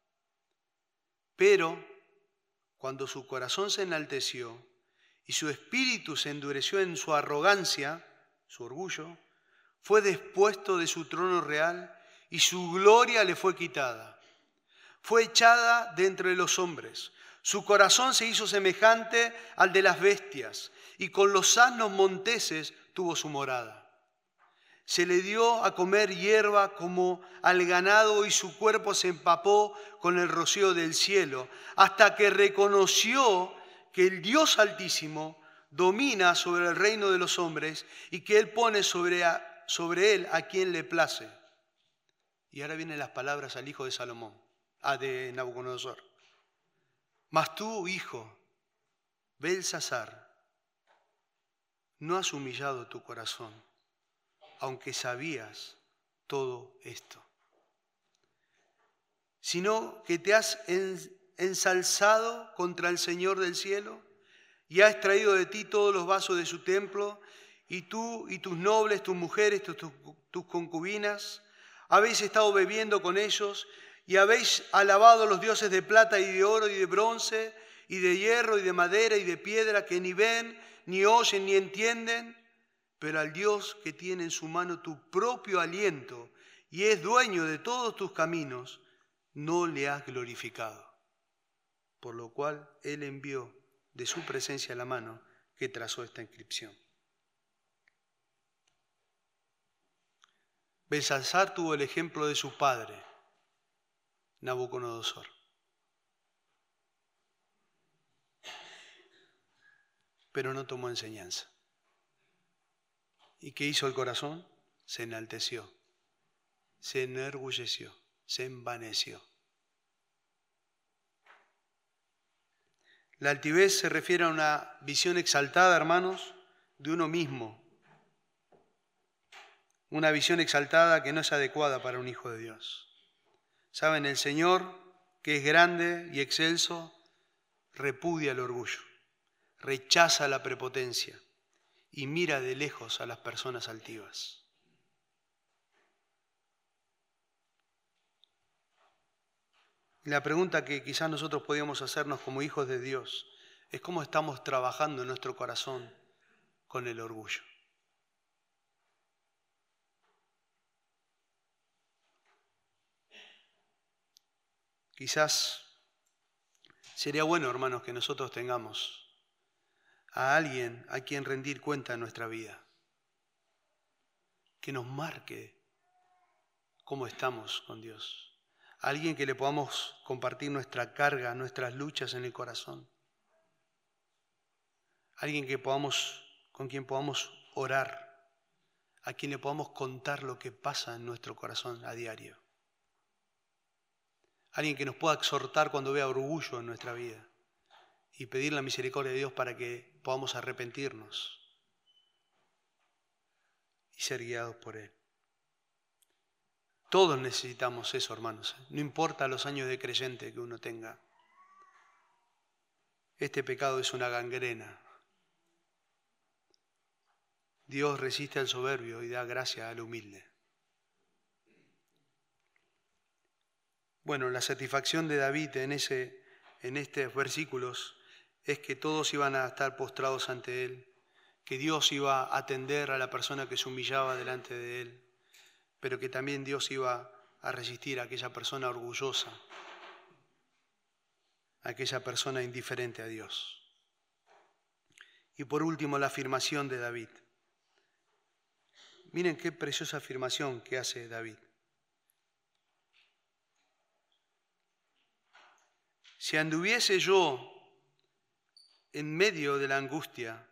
Pero cuando su corazón se enalteció y su espíritu se endureció en su arrogancia, su orgullo, fue despuesto de su trono real y su gloria le fue quitada. Fue echada de entre los hombres. Su corazón se hizo semejante al de las bestias y con los asnos monteses tuvo su morada. Se le dio a comer hierba como al ganado y su cuerpo se empapó con el rocío del cielo, hasta que reconoció que el Dios Altísimo domina sobre el reino de los hombres y que Él pone sobre él a quien le place. Y ahora vienen las palabras al hijo de Salomón, de Nabucodonosor. Mas tú, hijo, Belsasar, no has humillado tu corazón, aunque sabías todo esto, sino que te has ensalzado contra el Señor del cielo y has traído de ti todos los vasos de su templo, y tú y tus nobles, tus mujeres, tus concubinas, habéis estado bebiendo con ellos y habéis alabado a los dioses de plata y de oro y de bronce y de hierro y de madera y de piedra, que ni ven, ni oyen, ni entienden, pero al Dios que tiene en su mano tu propio aliento y es dueño de todos tus caminos, no le has glorificado. Por lo cual Él envió de su presencia la mano que trazó esta inscripción. Belsasar tuvo el ejemplo de su padre, Nabucodonosor. Pero no tomó enseñanza. ¿Y qué hizo el corazón? Se enalteció, se enorgulleció, se envaneció. La altivez se refiere a una visión exaltada, hermanos, de uno mismo. Una visión exaltada que no es adecuada para un hijo de Dios. Saben, el Señor, que es grande y excelso, repudia el orgullo, rechaza la prepotencia y mira de lejos a las personas altivas. La pregunta que quizás nosotros podíamos hacernos como hijos de Dios es cómo estamos trabajando en nuestro corazón con el orgullo. Quizás sería bueno, hermanos, que nosotros tengamos a alguien a quien rendir cuenta en nuestra vida, que nos marque cómo estamos con Dios. Alguien que le podamos compartir nuestra carga, nuestras luchas en el corazón. Alguien con quien podamos orar, a quien le podamos contar lo que pasa en nuestro corazón a diario. Alguien que nos pueda exhortar cuando vea orgullo en nuestra vida y pedir la misericordia de Dios para que podamos arrepentirnos y ser guiados por Él. Todos necesitamos eso, hermanos. No importa los años de creyente que uno tenga. Este pecado es una gangrena. Dios resiste al soberbio y da gracia al humilde. Bueno, la satisfacción de David en estos versículos es que todos iban a estar postrados ante él, que Dios iba a atender a la persona que se humillaba delante de él, pero que también Dios iba a resistir a aquella persona orgullosa, a aquella persona indiferente a Dios. Y por último, la afirmación de David. Miren qué preciosa afirmación que hace David. Si anduviese yo en medio de la angustia,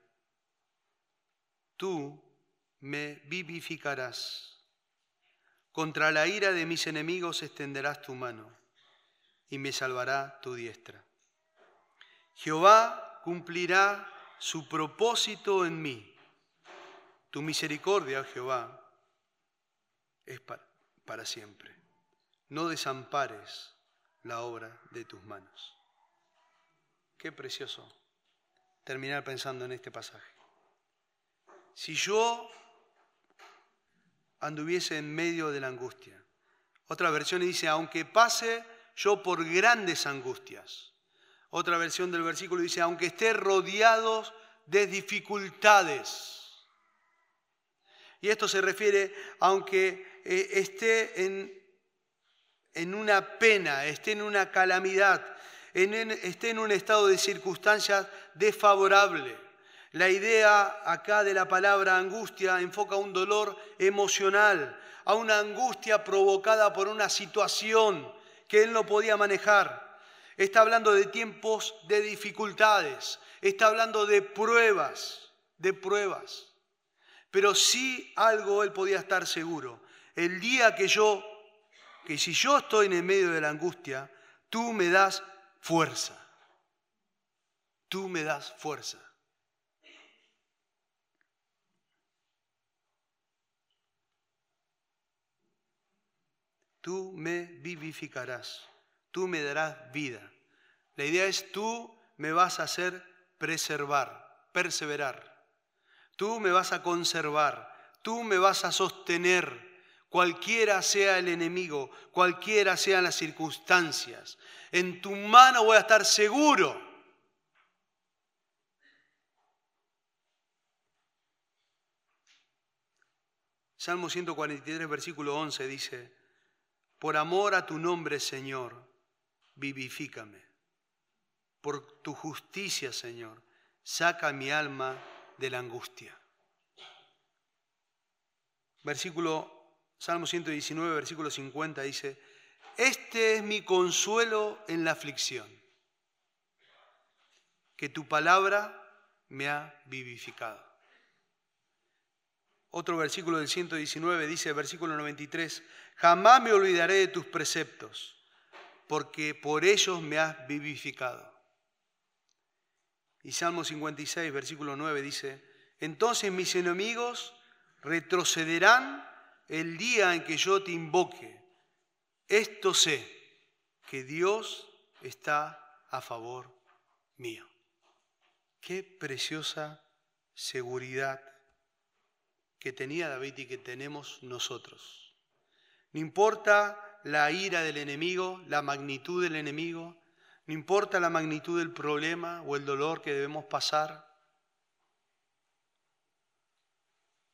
tú me vivificarás. Contra la ira de mis enemigos extenderás tu mano y me salvará tu diestra. Jehová cumplirá su propósito en mí. Tu misericordia, Jehová, es para siempre. No desampares la obra de tus manos. Qué precioso terminar pensando en este pasaje. Si yo anduviese en medio de la angustia. Otra versión dice, aunque pase yo por grandes angustias. Otra versión del versículo dice, aunque esté rodeado de dificultades. Y esto se refiere, aunque esté en una pena, esté en una calamidad, esté en un estado de circunstancias desfavorable. La idea acá de la palabra angustia enfoca un dolor emocional, a una angustia provocada por una situación que él no podía manejar. Está hablando de tiempos de dificultades, está hablando de pruebas. Pero sí algo él podía estar seguro. El día que si yo estoy en el medio de la angustia, tú me das fuerza. Tú me das fuerza. Tú me vivificarás. Tú me darás vida. La idea es tú me vas a hacer perseverar. Tú me vas a conservar, tú me vas a sostener, cualquiera sea el enemigo, cualquiera sean las circunstancias. En tu mano voy a estar seguro. Salmo 143, versículo 11 dice, por amor a tu nombre, Señor, vivifícame. Por tu justicia, Señor, saca mi alma de la angustia. Salmo 119, versículo 50 dice, este es mi consuelo en la aflicción, que tu palabra me ha vivificado. Otro versículo del 119 dice, versículo 93, jamás me olvidaré de tus preceptos, porque por ellos me has vivificado. Y Salmo 56, versículo 9 dice, entonces mis enemigos retrocederán el día en que yo te invoque. Esto sé, que Dios está a favor mío. Qué preciosa seguridad que tenía David y que tenemos nosotros. No importa la ira del enemigo, la magnitud del enemigo, no importa la magnitud del problema o el dolor que debemos pasar,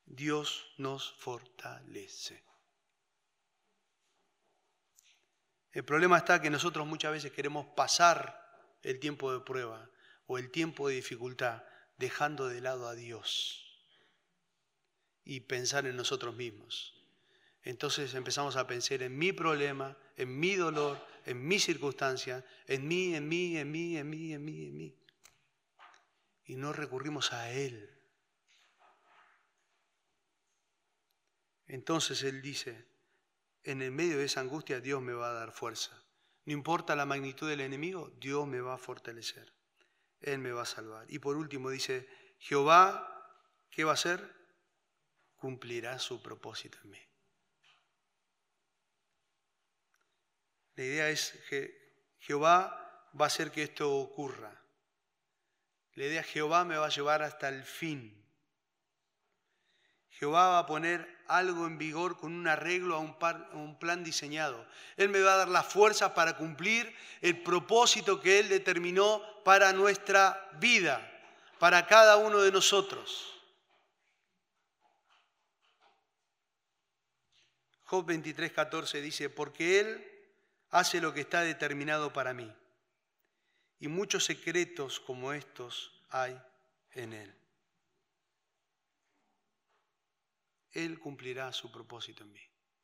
Dios nos fortalece. El problema está que nosotros muchas veces queremos pasar el tiempo de prueba o el tiempo de dificultad dejando de lado a Dios y pensar en nosotros mismos. Entonces empezamos a pensar en mi problema, en mi dolor, en mis circunstancias, en mí. Y no recurrimos a Él. Entonces Él dice, en el medio de esa angustia Dios me va a dar fuerza. No importa la magnitud del enemigo, Dios me va a fortalecer. Él me va a salvar. Y por último dice, Jehová, ¿qué va a hacer? Cumplirá su propósito en mí. La idea es que Jehová va a hacer que esto ocurra. La idea es Jehová me va a llevar hasta el fin. Jehová va a poner algo en vigor con un arreglo a un plan diseñado. Él me va a dar la fuerza para cumplir el propósito que Él determinó para nuestra vida, para cada uno de nosotros. Job 23:14 dice, porque Él hace lo que está determinado para mí, y muchos secretos como estos hay en Él. Él cumplirá su propósito en mí.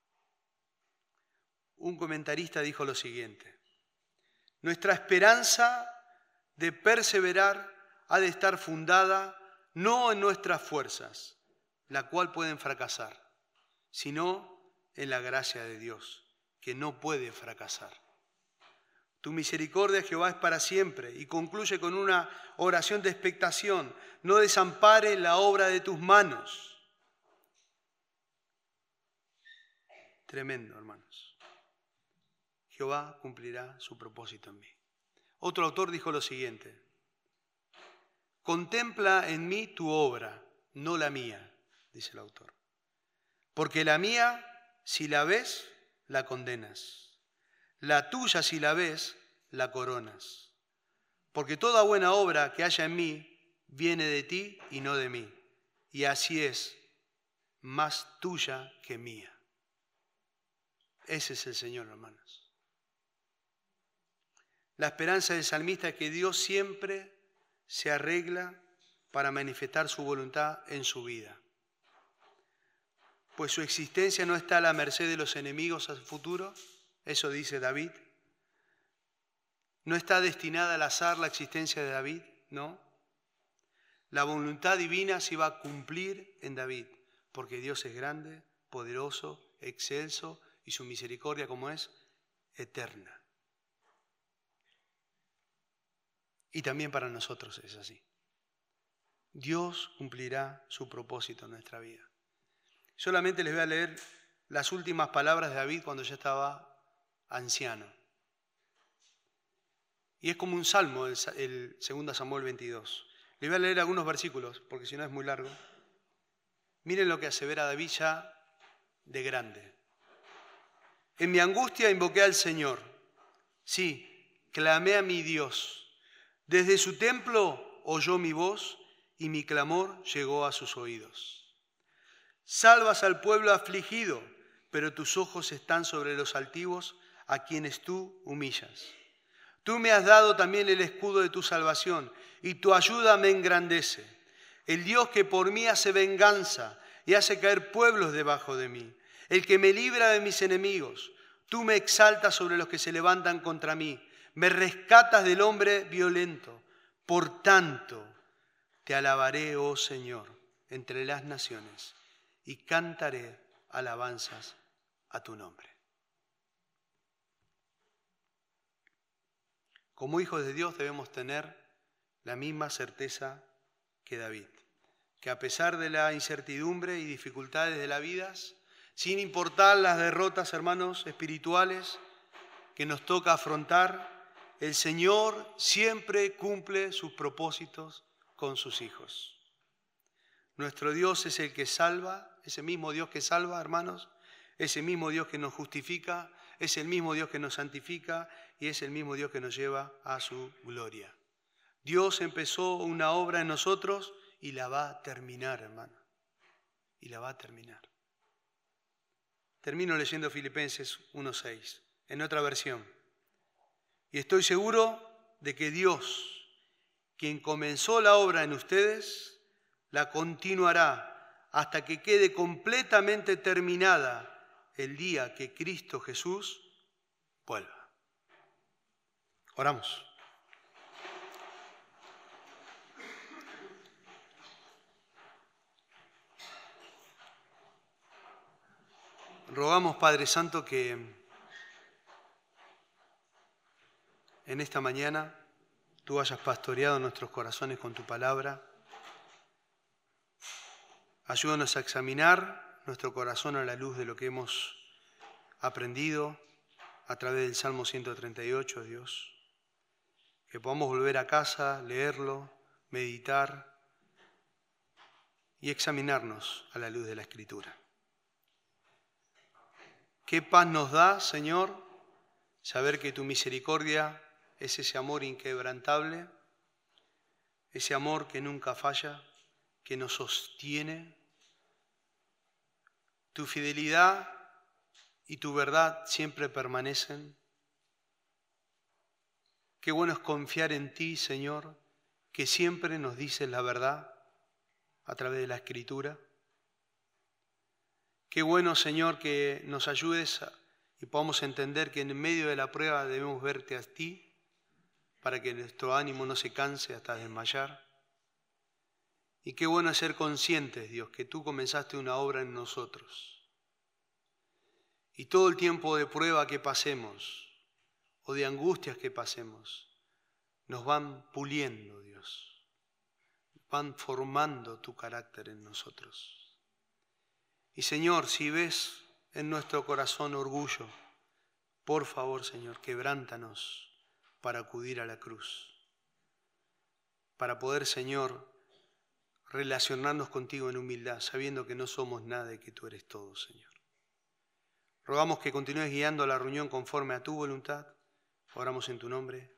Un comentarista dijo lo siguiente, nuestra esperanza de perseverar ha de estar fundada no en nuestras fuerzas, la cual pueden fracasar, sino en la gracia de Dios, que no puede fracasar. Tu misericordia, Jehová, es para siempre, y concluye con una oración de expectación, no desampares la obra de tus manos. Tremendo, hermanos. Jehová cumplirá su propósito en mí. Otro autor dijo lo siguiente, contempla en mí tu obra, no la mía, dice el autor. Porque la mía, si la ves, la condenas. La tuya, si la ves, la coronas. Porque toda buena obra que haya en mí viene de ti y no de mí. Y así es, más tuya que mía. Ese es el Señor, hermanos. La esperanza del salmista es que Dios siempre se arregla para manifestar su voluntad en su vida. Pues su existencia no está a la merced de los enemigos al futuro, eso dice David. No está destinada al azar la existencia de David, ¿no? La voluntad divina se va a cumplir en David, porque Dios es grande, poderoso, excelso, y su misericordia, como es, eterna. Y también para nosotros es así. Dios cumplirá su propósito en nuestra vida. Solamente les voy a leer las últimas palabras de David cuando ya estaba anciano. Y es como un salmo, el 2 Samuel 22. Les voy a leer algunos versículos, porque si no es muy largo. Miren lo que asevera David ya de grande. En mi angustia invoqué al Señor. Sí, clamé a mi Dios. Desde su templo oyó mi voz y mi clamor llegó a sus oídos. Salvas al pueblo afligido, pero tus ojos están sobre los altivos a quienes tú humillas. Tú me has dado también el escudo de tu salvación y tu ayuda me engrandece. El Dios que por mí hace venganza y hace caer pueblos debajo de mí. El que me libra de mis enemigos. Tú me exaltas sobre los que se levantan contra mí. Me rescatas del hombre violento. Por tanto, te alabaré, oh Señor, entre las naciones y cantaré alabanzas a tu nombre. Como hijos de Dios debemos tener la misma certeza que David, que a pesar de la incertidumbre y dificultades de la vida, sin importar las derrotas, hermanos, espirituales que nos toca afrontar, el Señor siempre cumple sus propósitos con sus hijos. Nuestro Dios es el que salva, ese mismo Dios que salva, hermanos, ese mismo Dios que nos justifica, es el mismo Dios que nos santifica y es el mismo Dios que nos lleva a su gloria. Dios empezó una obra en nosotros y la va a terminar, hermano. Y la va a terminar. Termino leyendo Filipenses 1:6. en otra versión. Y estoy seguro de que Dios, quien comenzó la obra en ustedes, la continuará hasta que quede completamente terminada el día que Cristo Jesús vuelva. Oramos. Rogamos, Padre Santo, que en esta mañana tú hayas pastoreado nuestros corazones con tu palabra. Ayúdanos a examinar nuestro corazón a la luz de lo que hemos aprendido a través del Salmo 138, Dios. Que podamos volver a casa, leerlo, meditar y examinarnos a la luz de la Escritura. Qué paz nos da, Señor, saber que tu misericordia es ese amor inquebrantable, ese amor que nunca falla, que nos sostiene. Tu fidelidad y tu verdad siempre permanecen. Qué bueno es confiar en ti, Señor, que siempre nos dices la verdad a través de la Escritura. Qué bueno, Señor, que nos ayudes y podamos entender que en medio de la prueba debemos verte a ti para que nuestro ánimo no se canse hasta desmayar. Y qué bueno es ser conscientes, Dios, que tú comenzaste una obra en nosotros. Y todo el tiempo de prueba que pasemos o de angustias que pasemos, nos van puliendo, Dios. Van formando tu carácter en nosotros. Y Señor, si ves en nuestro corazón orgullo, por favor, Señor, quebrántanos para acudir a la cruz. Para poder, Señor, relacionarnos contigo en humildad, sabiendo que no somos nada y que tú eres todo, Señor. Rogamos que continúes guiando la reunión conforme a tu voluntad. Oramos en tu nombre.